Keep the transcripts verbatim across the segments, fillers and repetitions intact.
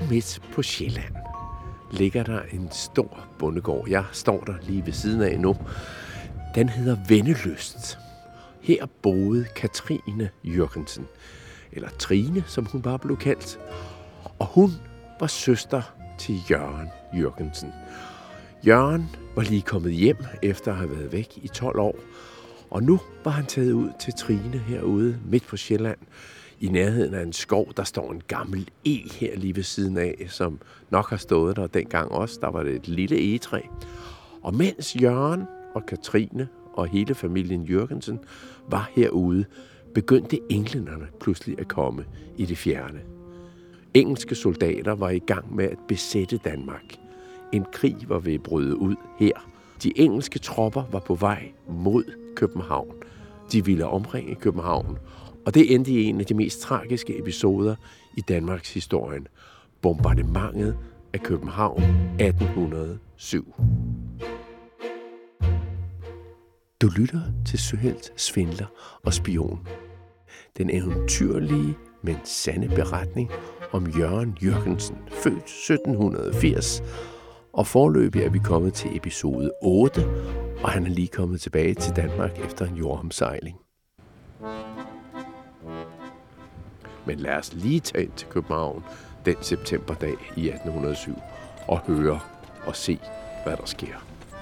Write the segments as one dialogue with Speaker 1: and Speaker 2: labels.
Speaker 1: midt på Sjælland ligger der en stor bondegård. Jeg står der lige ved siden af nu. Den hedder Vennelyst. Her boede Katrine Jürgensen, eller Trine, som hun bare blev kaldt. Og hun var søster til Jørgen Jürgensen. Jørgen var lige kommet hjem efter at have været væk i tolv år. Og nu var han taget ud til Trine herude midt på Sjælland. I nærheden af en skov, der står en gammel eg her lige ved siden af, som nok har stået der dengang også. Der var det et lille egetræ. Og mens Jørgen og Katrine og hele familien Jürgensen var herude, begyndte englænderne pludselig at komme i det fjerne. Engelske soldater var i gang med at besætte Danmark. En krig var ved at bryde ud her. De engelske tropper var på vej mod København. De ville omringe København, og det endte i en af de mest tragiske episoder i Danmarks historie. Bombardementet af København atten hundrede og syv. Du lytter til Søhelt, Svindler og Spion. Den eventyrlige, men sande beretning om Jørgen Jürgensen, født sytten hundrede og firs. Og foreløbig er vi kommet til episode otte, og han er lige kommet tilbage til Danmark efter en jordomsejling. Men lad os lige tage ind til København den septemberdag i atten hundrede og syv og høre og se, hvad der sker.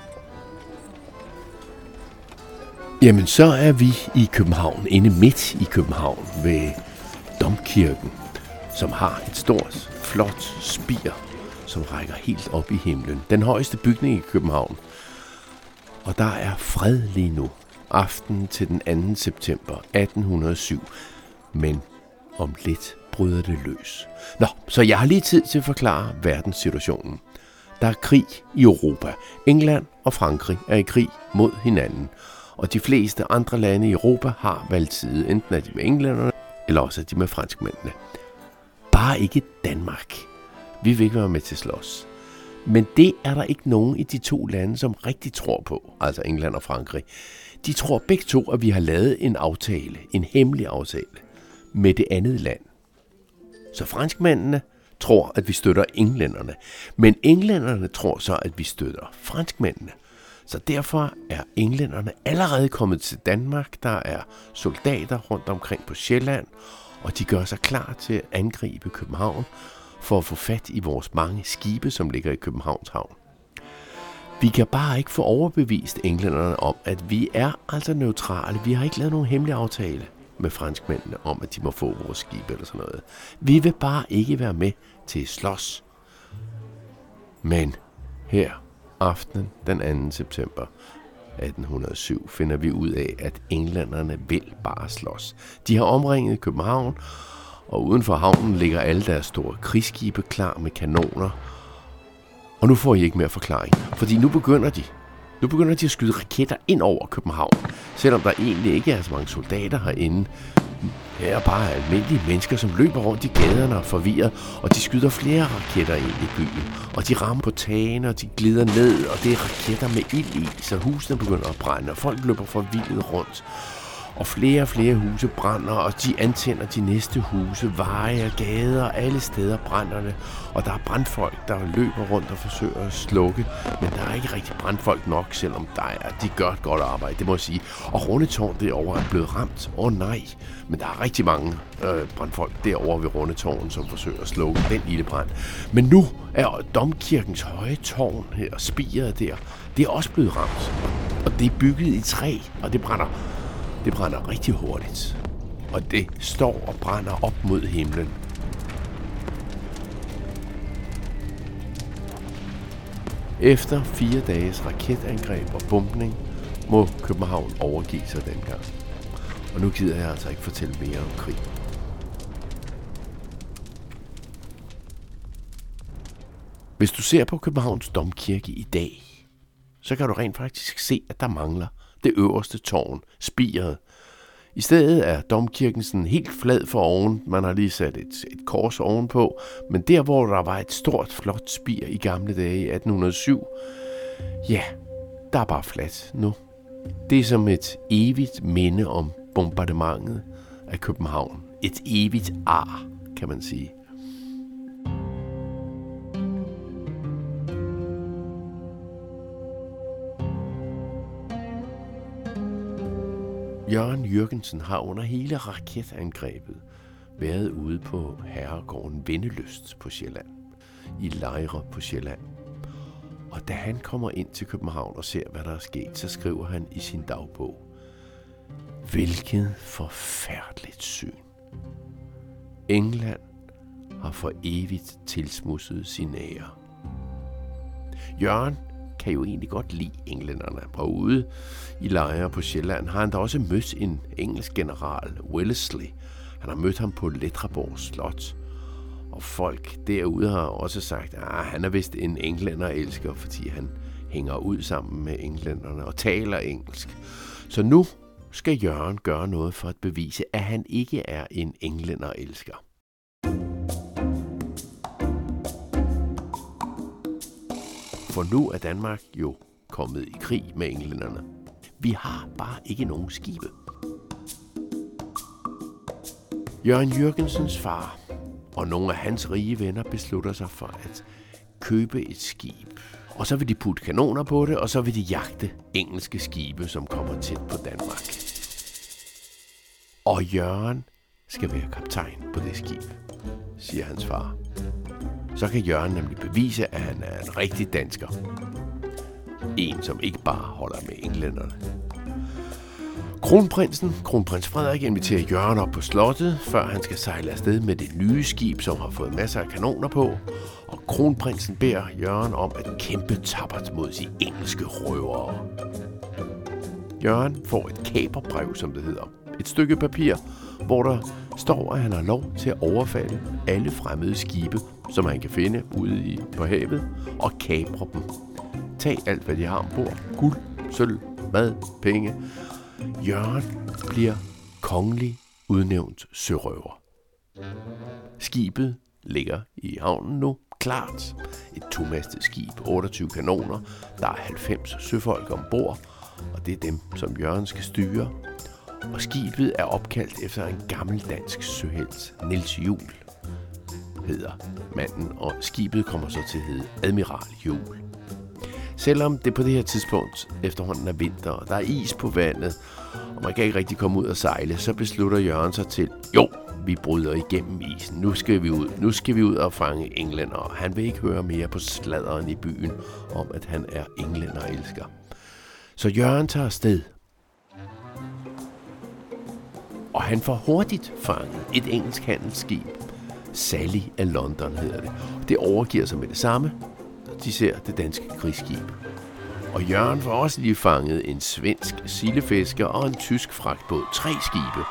Speaker 1: Jamen, så er vi i København, inde midt i København ved Domkirken, som har et stort, flot spir, som rækker helt op i himlen. Den højeste bygning i København. Og der er fred lige nu, aften til den anden september atten hundrede og syv. Men om lidt bryder det løs. Nå, så jeg har lige tid til at forklare verdenssituationen. Der er krig i Europa. England og Frankrig er i krig mod hinanden. Og de fleste andre lande i Europa har valgt side. Enten er de med englænderne, eller også er de med franskmændene. Bare ikke Danmark. Vi vil ikke være med til slås. Men det er der ikke nogen i de to lande, som rigtig tror på, altså England og Frankrig. De tror begge to, at vi har lavet en aftale, en hemmelig aftale, med det andet land. Så franskmændene tror, at vi støtter englænderne, men englænderne tror så, at vi støtter franskmændene. Så derfor er englænderne allerede kommet til Danmark. Der er soldater rundt omkring på Sjælland, og de gør sig klar til at angribe København for at få fat i vores mange skibe, som ligger i Københavns havn. Vi kan bare ikke få overbevist englænderne om, at vi er altså neutrale. Vi har ikke lavet nogen hemmelig aftale med franskmændene om, at de må få vores skibe eller sådan noget. Vi vil bare ikke være med til at slås. Men her aftenen den anden september atten hundrede og syv finder vi ud af, at englænderne vil bare slås. De har omringet København, og uden for havnen ligger alle deres store krigsskibe klar med kanoner. Og nu får I ikke mere forklaring, fordi nu begynder de. Nu begynder de at skyde raketter ind over København, selvom der egentlig ikke er så mange soldater herinde. Her er bare almindelige mennesker, som løber rundt i gaderne og forvirret, og de skyder flere raketter ind i byen. Og de rammer på tagene, og de glider ned, og det er raketter med ild i, så husene begynder at brænde, og folk løber forvirret rundt. Og flere og flere huse brænder, og de antænder de næste huse, veje og gader, alle steder brænder det. Og der er brandfolk, der løber rundt og forsøger at slukke, men der er ikke rigtig brandfolk nok, selvom der er, de gør et godt arbejde, det må jeg sige. Og Rundetårn derovre er blevet ramt. Åh oh, nej, men der er rigtig mange øh, brandfolk derovre ved Rundetårn, som forsøger at slukke den lille brand. Men nu er Domkirkens høje tårn her, spiret der, det er også blevet ramt. Og det er bygget i træ, og det brænder Det brænder rigtig hurtigt, og det står og brænder op mod himlen. Efter fire dages raketangreb og bombning, må København overgive sig dengang. Og nu gider jeg altså ikke fortælle mere om krig. Hvis du ser på Københavns Domkirke i dag, så kan du rent faktisk se, at der mangler det øverste tårn, spiret. I stedet er domkirken sådan helt flad for oven. Man har lige sat et, et kors ovenpå. Men der, hvor der var et stort, flot spir i gamle dage i atten hundrede og syv, ja, der er bare fladt nu. Det er som et evigt minde om bombardementet af København. Et evigt ar, kan man sige. Jørgen Jürgensen har under hele raketangrebet været ude på herregården Vennelyst på Sjælland, i Lejre på Sjælland. Og da han kommer ind til København og ser, hvad der er sket, så skriver han i sin dagbog: hvilket forfærdeligt syn. England har for evigt tilsmusset sin ære. Jørgen kan jo egentlig godt lide englænderne. Og ude i Lejre på Sjælland har han da også mødt en engelsk general, Wellesley. Han har mødt ham på Ledreborg Slot. Og folk derude har også sagt, at han er vist en englænder-elsker, fordi han hænger ud sammen med englænderne og taler engelsk. Så nu skal Jørgen gøre noget for at bevise, at han ikke er en englænder-elsker. For nu er Danmark jo kommet i krig med englænderne. Vi har bare ikke nogen skibe. Jørgen Jürgensens far og nogle af hans rige venner beslutter sig for at købe et skib. Og så vil de putte kanoner på det, og så vil de jagte engelske skibe, som kommer tæt på Danmark. Og Jørgen skal være kaptajn på det skib, siger hans far. Så kan Jørgen nemlig bevise, at han er en rigtig dansker. En, som ikke bare holder med englænderne. Kronprinsen, kronprins Frederik, inviterer Jørgen op på slottet, før han skal sejle afsted med det nye skib, som har fået masser af kanoner på. Og kronprinsen beder Jørgen om at kæmpe tappert mod de engelske røvere. Jørgen får et kaperbrev, som det hedder. Et stykke papir, hvor der står, at han har lov til at overfalde alle fremmede skibe, som han kan finde ude i, på havet, og kapre dem. Tag alt, hvad de har ombord. Guld, sølv, mad, penge. Jørgen bliver kongelig udnævnt sørøver. Skibet ligger i havnen nu, klart. Et tomastet skib, otteogtyve kanoner. Der er halvfems søfolk ombord, og det er dem, som Jørgen skal styre. Og skibet er opkaldt efter en gammel dansk søhelt, Niels Juel hedder manden, og skibet kommer så til at hedde Admiral Juel. Selvom det på det her tidspunkt efterhånden er vinter, og der er is på vandet, og man kan ikke rigtig komme ud og sejle, så beslutter Jørgen sig til, jo, vi bryder igennem isen, nu skal vi ud, nu skal vi ud og fange englænder, og han vil ikke høre mere på sladderen i byen om, at han er englænderelsker. Så Jørgen tager afsted. Og han får hurtigt fanget et engelsk handelsskib. Sally af London hedder det. Det overgiver sig med det samme, når de ser det danske krigsskib. Og Jørgen får også lige fanget en svensk sildefisker og en tysk fragtbåd. Tre skibe.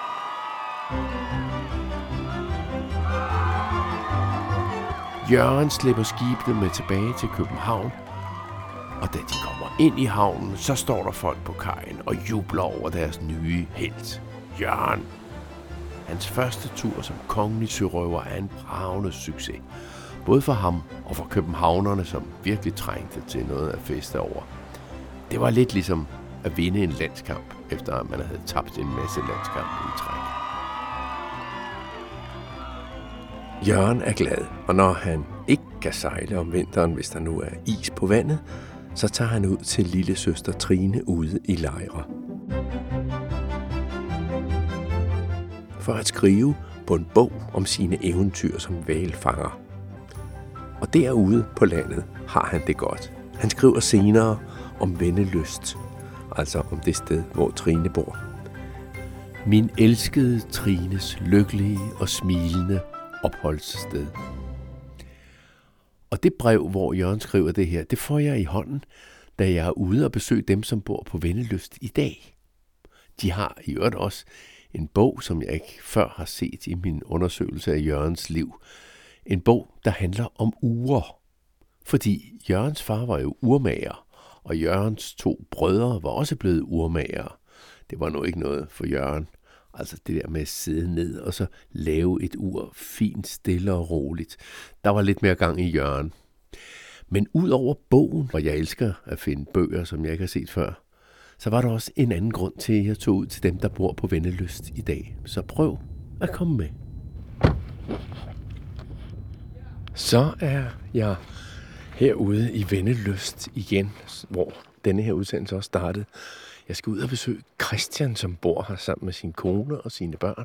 Speaker 1: Jørgen slipper skibene med tilbage til København. Og da de kommer ind i havnen, så står der folk på kajen og jubler over deres nye helt. Jørgen. Hans første tur som kongelig sørøver er en bragende succes. Både for ham og for københavnerne, som virkelig trængte til noget at feste over. Det var lidt ligesom at vinde en landskamp, efter at man havde tabt en masse landskampe i træk. Jørgen er glad, og når han ikke kan sejle om vinteren, hvis der nu er is på vandet, så tager han ud til lille søster Trine ude i Lejre. For at skrive på en bog om sine eventyr som hvalfanger. Og derude på landet har han det godt. Han skriver senere om Vennelyst, altså om det sted, hvor Trine bor. Min elskede Trines lykkelige og smilende opholdssted. Og det brev, hvor Jørgen skriver det her, det får jeg i hånden, da jeg er ude og besøger dem, som bor på Vennelyst i dag. De har i øvrigt også en bog, som jeg ikke før har set i min undersøgelse af Jørgens liv. En bog, der handler om ure. Fordi Jørgens far var jo urmager, og Jørgens to brødre var også blevet urmager. Det var nu ikke noget for Jørgen. Altså det der med at sidde ned og så lave et ur fint, stille og roligt. Der var lidt mere gang i Jørgen. Men ud over bogen, hvor jeg elsker at finde bøger, som jeg ikke har set før, så var der også en anden grund til, at jeg tog ud til dem, der bor på Vennelyst i dag. Så prøv at komme med. Så er jeg herude i Vennelyst igen, hvor denne her udsendelse også startede. Jeg skal ud og besøge Christian, som bor her sammen med sin kone og sine børn.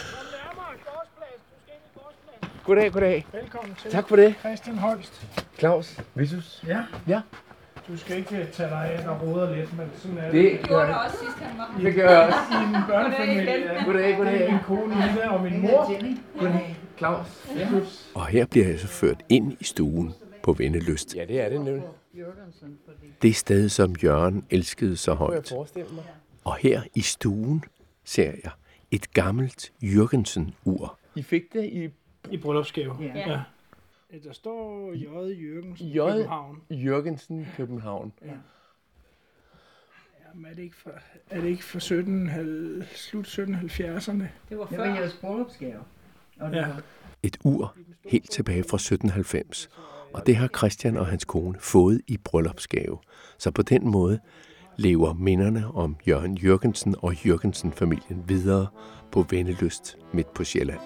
Speaker 1: Goddag, goddag.
Speaker 2: Velkommen til.
Speaker 1: Tak for det.
Speaker 2: Christian Holst.
Speaker 1: Claus Vitus.
Speaker 2: Ja.
Speaker 1: Ja.
Speaker 2: Du skal ikke tage dig af, der roder lidt, men sådan er
Speaker 1: Det
Speaker 2: det.
Speaker 1: gør
Speaker 3: Det
Speaker 1: det.
Speaker 3: også sidst, han var.
Speaker 1: Det gør jeg også.
Speaker 2: I en børnefamilie.
Speaker 1: Goddag, goddag.
Speaker 2: Min kone Ida og min mor.
Speaker 1: Goddag, Claus Vitus. Og her bliver jeg så ført ind i stuen på Vennelyst. Ja, det er det nemlig. Det sted, som Jørgen elskede så højt. Og her i stuen ser jeg et gammelt Jürgensen-ur. I fik det i
Speaker 2: I bryllupsgave.
Speaker 3: Ja.
Speaker 2: Ja. Der står J. Jürgensen,
Speaker 1: J.
Speaker 2: København.
Speaker 1: Jürgensen, København.
Speaker 2: Ja. Jamen, er det ikke for, er det ikke for sytten, slut sytten halvfjerdserne?
Speaker 3: Det var
Speaker 4: Det var
Speaker 3: før.
Speaker 4: jeres bryllupsgave. Og det
Speaker 2: Ja.
Speaker 4: var
Speaker 1: Et ur helt tilbage fra sytten halvfems. Og det har Christian og hans kone fået i bryllupsgave. Så på den måde lever minderne om Jørgen Jürgensen og Jürgensen-familien videre på Vennelyst midt på Sjælland.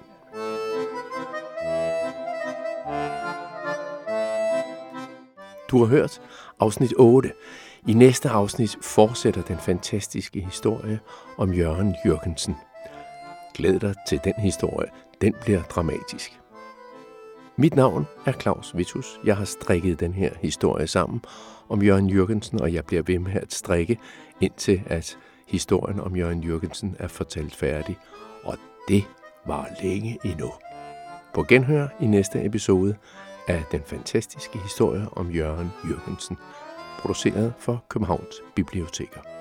Speaker 1: Du har hørt afsnit otte. I næste afsnit fortsætter den fantastiske historie om Jørgen Jürgensen. Glæd dig til den historie. Den bliver dramatisk. Mit navn er Claus Vitus. Jeg har strikket den her historie sammen om Jørgen Jürgensen, og jeg bliver ved med at strikke, indtil at historien om Jørgen Jürgensen er fortalt færdig. Og det var længe endnu. På genhør i næste episode af den fantastiske historie om Jørgen Jürgensen, produceret for Københavns Biblioteker.